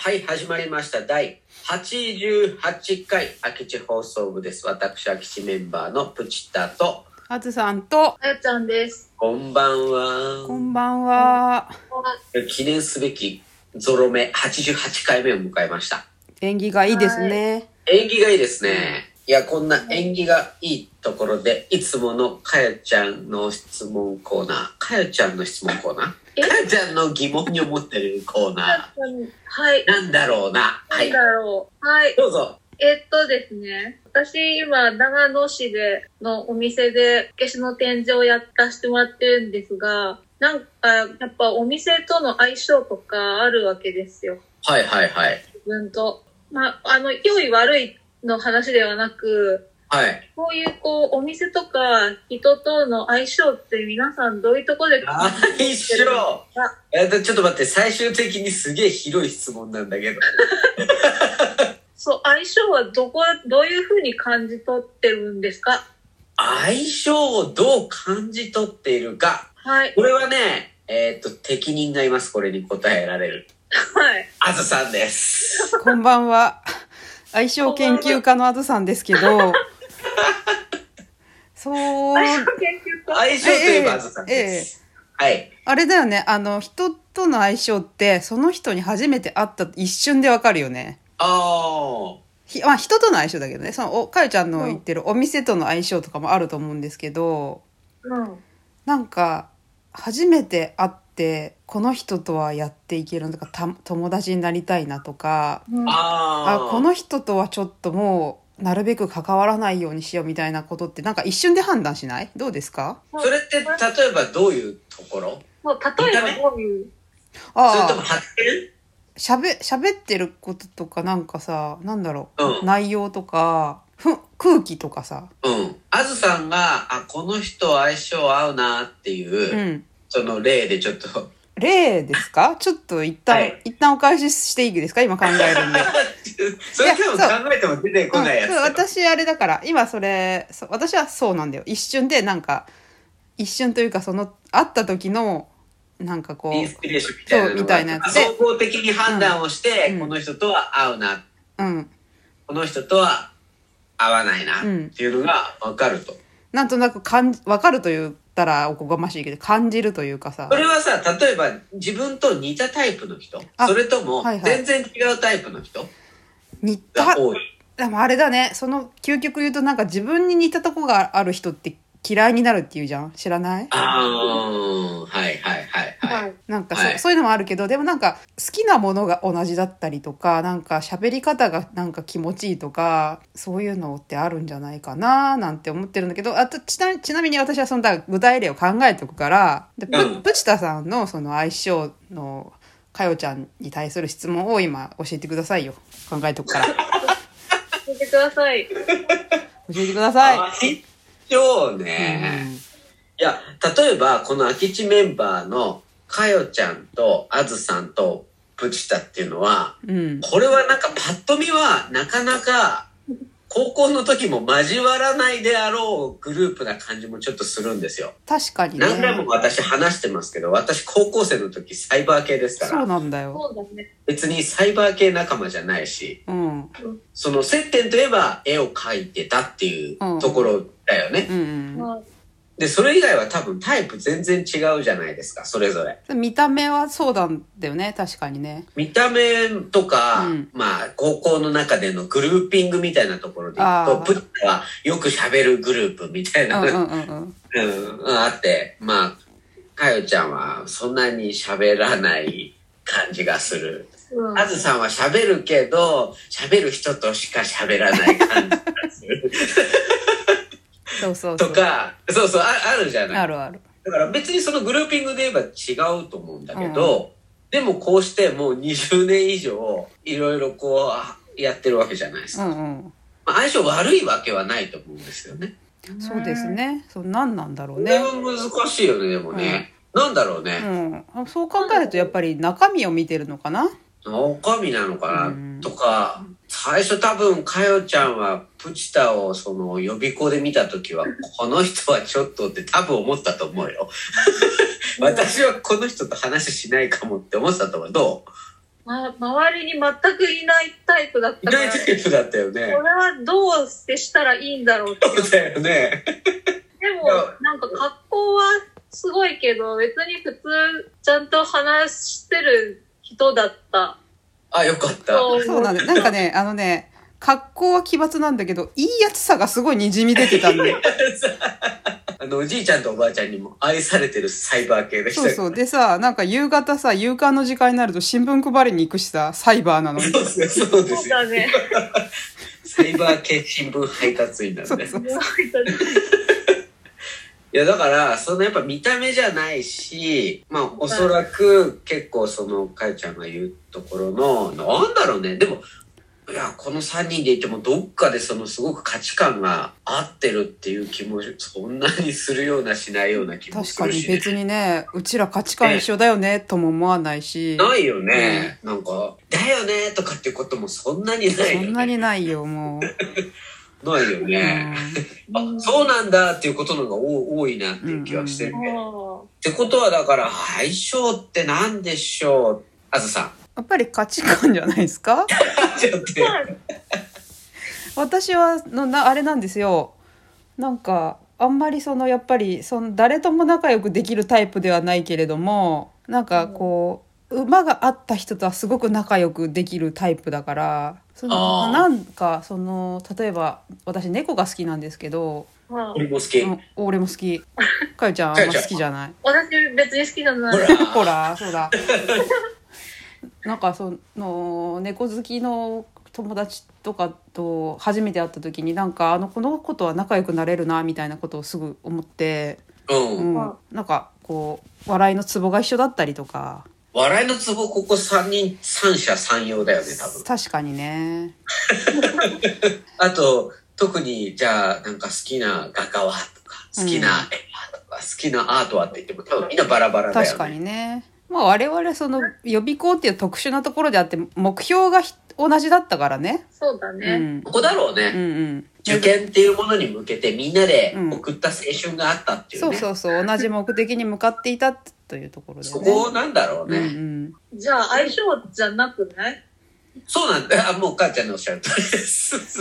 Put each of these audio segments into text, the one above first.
はい、始まりました。第88回空き地放送部です。私、空き地メンバーのプチタとあずさんとあやちゃんです。 こんばんは。 こんばんは。 記念すべきゾロ目88回目を迎えました。 縁起がいいですね。 縁起がいいですね。いや、こんな縁起がいいところで、いつものかよちゃんの質問コーナー、かよちゃんの質問コーナー、かよちゃんの疑問に思ってるコーナー、 はい。 なんだろうな。はい。 なんだろう。はい。 どうぞ。 ですね。私、今、長野市のお店で、消しの展示をやらせてもらってるんですが、なんか、やっぱお店との相性とかあるわけですよ。 はいはいはい。 自分と。まあ、良い悪いの話ではなく、 はい。 こういうお店とか人との相性って皆さんどういうところで相性ちょっと待って、最終的にすげえ広い質問なんだけど。 そう、相性はどういうふうに感じ取ってるんですか？ 相性をどう感じ取っているか。 はい。 これはね、適任がいます。これに答えられる。 はい。 あずさんです。 こんばんは。相性研究家のあずさんですけど、そう。 相性研究家。 相性といえばあずさんです。はい。 あれだよね。人との相性って、その人に初めて会った一瞬でわかるよね。まあ、人との相性だけどね。かよちゃんの言ってるお店との相性とかもあると思うんですけど、なんか、初めて会って、この人とはやっていけるのとか、友達になりたいなとか、この人とはちょっともう、なるべく関わらないようにしようみたいなことって、なんか一瞬で判断しない？どうですか？ それって例えばどういうところ？ 例えばどういう？ それとも発見？ 喋ってることとかなんかさ、なんだろう、内容とか、空気とかさ。 あずさんが、この人相性合うなっていう、その例でちょっと。 例ですか？ちょっと一旦お返ししていいですか？今考えるんで。 それ今日考えても出てこないやつ。 私あれだから、今私はそうなんだよ。一瞬でなんか、一瞬というか会った時の、なんかこうインスピレーションみたいなのが総合的に判断をして、この人とは合うな、この人とは合わないなっていうのが分かると、 なんとなく分かると言ったらおこがましいけど、感じるというかさ、 それはさ、例えば自分と似たタイプの人、それとも全然違うタイプの人が多い。 でもあれだね、その究極言うと、なんか自分に似たとこがある人って嫌いになるって言うじゃん。知らない？ はいはいはいはい。 なんかそういうのもあるけど、でもなんか好きなものが同じだったりとか、なんか喋り方がなんか気持ちいいとか、そういうのってあるんじゃないかななんて思ってるんだけど、ちなみに私はその具体例を考えておくから、プチタさんのその相性のかよちゃんに対する質問を今教えてくださいよ。考えておくから。 教えてください。 教えてください。 そうね、いや、例えばこの空き地メンバーのかよちゃんとあずさんとプチタっていうのは、これはなんかパッと見はなかなか高校の時も交わらないであろうグループな感じもちょっとするんですよ。 確かにね。 何回も私話してますけど、私高校生の時サイバー系ですから。 そうなんだよ。 そうだね。 別にサイバー系仲間じゃないし、その接点といえば絵を描いてたっていうところだよね。で、それ以外は多分タイプ全然違うじゃないですか、それぞれ。 見た目はそうなんだよね、確かにね。 見た目とか、まあ、高校の中でのグルーピングみたいなところで言うと、プッチはよく喋るグループみたいなあって、まあ、かよちゃんはそんなに喋らない感じがする。あずさんは喋るけど、喋る人としか喋らない感じがする。 そうとか、あるじゃない。 あるある。 だから別にそのグルーピングで言えば違うと思うんだけど、でもこうしてもう20年以上いろいろこうやってるわけじゃないですか。相性悪いわけはないと思うんですよね。 そうですね。何なんだろうね。 これは難しいよね、でもね。なんだろうね。 そう考えるとやっぱり中身を見てるのかな。 中身なのかな、とか、最初多分かよちゃんはプチタをその予備校で見た時はこの人はちょっとって多分思ったと思うよ。私はこの人と話しないかもって思ってたと思う。どう？ 周りに全くいないタイプだったから。 いないタイプだったよね。 これはどう接したらいいんだろうって。 そうだよね。 でも、なんか格好はすごいけど、別に普通、ちゃんと話してる人だった。 あ、よかった。 そうなんだ。なんかね、格好は奇抜なんだけど、いいやつさがすごい滲み出てたんで。 おじいちゃんとおばあちゃんにも愛されてるサイバー系でした。 そうそう。でさ、なんか夕方さ、夕刊の時間になると新聞配りに行くしさ、サイバーなのに。 そうですよ。そうだね。サイバー系新聞配達員なんで。そういやだからそのやっぱ見た目じゃないし、まあおそらく結構そのかよちゃんが言うところのなんだろうね、でもいやこの3人でいてもどっかでそのすごく価値観が合ってるっていう気もそんなにするようなしないような気もするし、 確かに別にね、うちら価値観一緒だよねとも思わないし、 ないよね、なんかだよねとかってこともそんなにないよね。 そんなにないよもう。 ないよね、あ、そうなんだっていうことの方が多いなっていう気はしてるね、ってことはだから相性って何でしょう、あずさん。 やっぱり価値観じゃないですか。私はあれなんですよ、なんかあんまりやっぱり誰とも仲良くできるタイプではないけれども、なんかこう馬が合った人とはすごく仲良くできるタイプだから、なんか例えば私猫が好きなんですけど、 俺も好き、 俺も好き。かよちゃんあんま好きじゃない。 私別に好きじゃない。 ほらそうだ。なんか猫好きの友達とかと初めて会った時になんかこの子とは仲良くなれるなみたいなことをすぐ思って、なんかこう笑いのツボが一緒だったりとか。 笑いのツボここ3人三者三様だよね多分。 確かにね。 あと特にじゃあなんか好きな画家はとか好きな絵はとか、好きなアートはって言っても多分みんなバラバラだよね。 確かにね。まあ我々予備校っていう特殊なところであって目標が同じだったからね。 そうだね。 ここだろうね。受験っていうものに向けてみんなで送った青春があったっていうね。 そう同じ目的に向かっていたというところでね。 そこなんだろうね。 じゃあ相性じゃなくない？ そうなんだ。もう母ちゃんのおっしゃる通りです。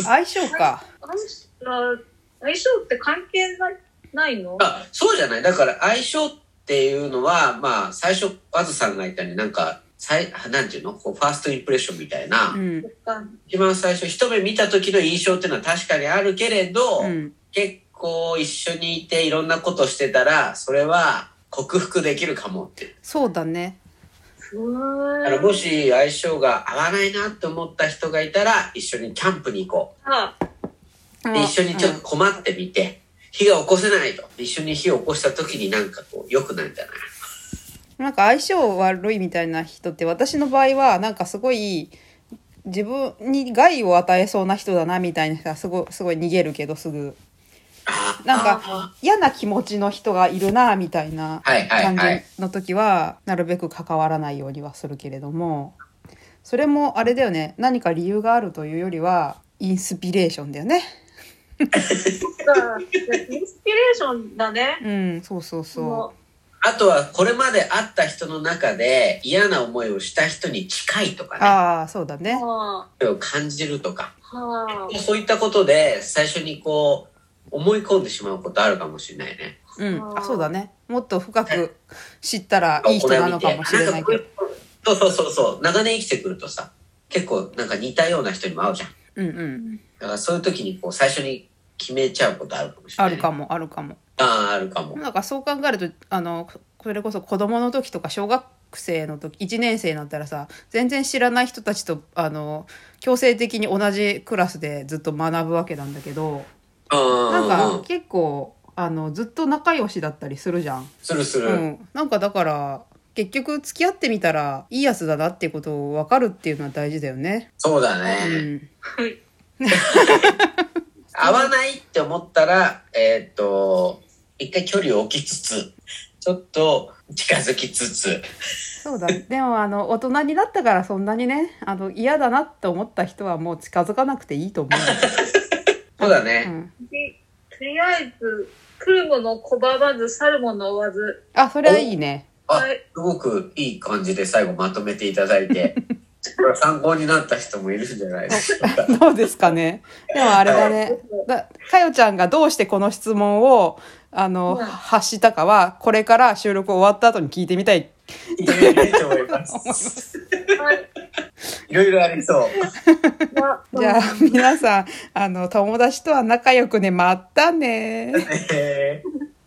相性か。 相性って関係ないの？ そうじゃない。だから相性っていうのはまあ最初あずさんが言ったようになんかなんていうのこうファーストインプレッションみたいな、一番最初一目見た時の印象っていうのは確かにあるけれど、結構一緒にいていろんなことしてたらそれは克服できるかもって。 そうだね。 もし相性が合わないなって思った人がいたら一緒にキャンプに行こう。で一緒にちょっと困ってみて、火が起こせないと一緒に火を起こした時になんかこう良くなるんじゃない？ なんか相性悪いみたいな人って私の場合はなんかすごい自分に害を与えそうな人だなみたいな人はすごい逃げるけどすぐなんか嫌な気持ちの人がいるなみたいな感じの時はなるべく関わらないようにはするけれども、それもあれだよね、何か理由があるというよりはインスピレーションだよね。 インスピレーションだね。 そうそうそう。 あとはこれまで会った人の中で嫌な思いをした人に近いとかね。 ああ、そうだね。 感じるとか。そういったことで最初にこう思い込んでしまうことあるかもしれないね。 そうだね。もっと深く知ったらいい人なのかもしれないけど。そう。長年生きてくるとさ、結構なんか似たような人にも会うじゃん。だからそういう時にこう最初に決めちゃうことあるかもしれない。 あるかも。 あるかも。 なんかそう考えるとそれこそ子供の時とか小学生の時1年生になったらさ、全然知らない人たちと強制的に同じクラスでずっと学ぶわけなんだけど、なんか結構ずっと仲良しだったりするじゃん。 する。 なんかだから結局付き合ってみたらいいやつだなっていうことを分かるっていうのは大事だよね。 そうだね。合わないって思ったら一回距離を置きつつちょっと近づきつつ。 そうだ。でも大人になったからそんなにね嫌だなって思った人はもう近づかなくていいと思う。 そうだね。 とりあえず来るもの拒まず去るもの追わず。 それはいいね。 すごくいい感じで最後まとめていただいて参考になった人もいるんじゃないですか。 どうですかね。でもあれだね。かよちゃんがどうしてこの質問を、発したかは、これから収録終わった後に聞いてみたい。 聞いてみたいと思います。いろいろありそう。 じゃあ、皆さん、友達とは仲良くね、またね。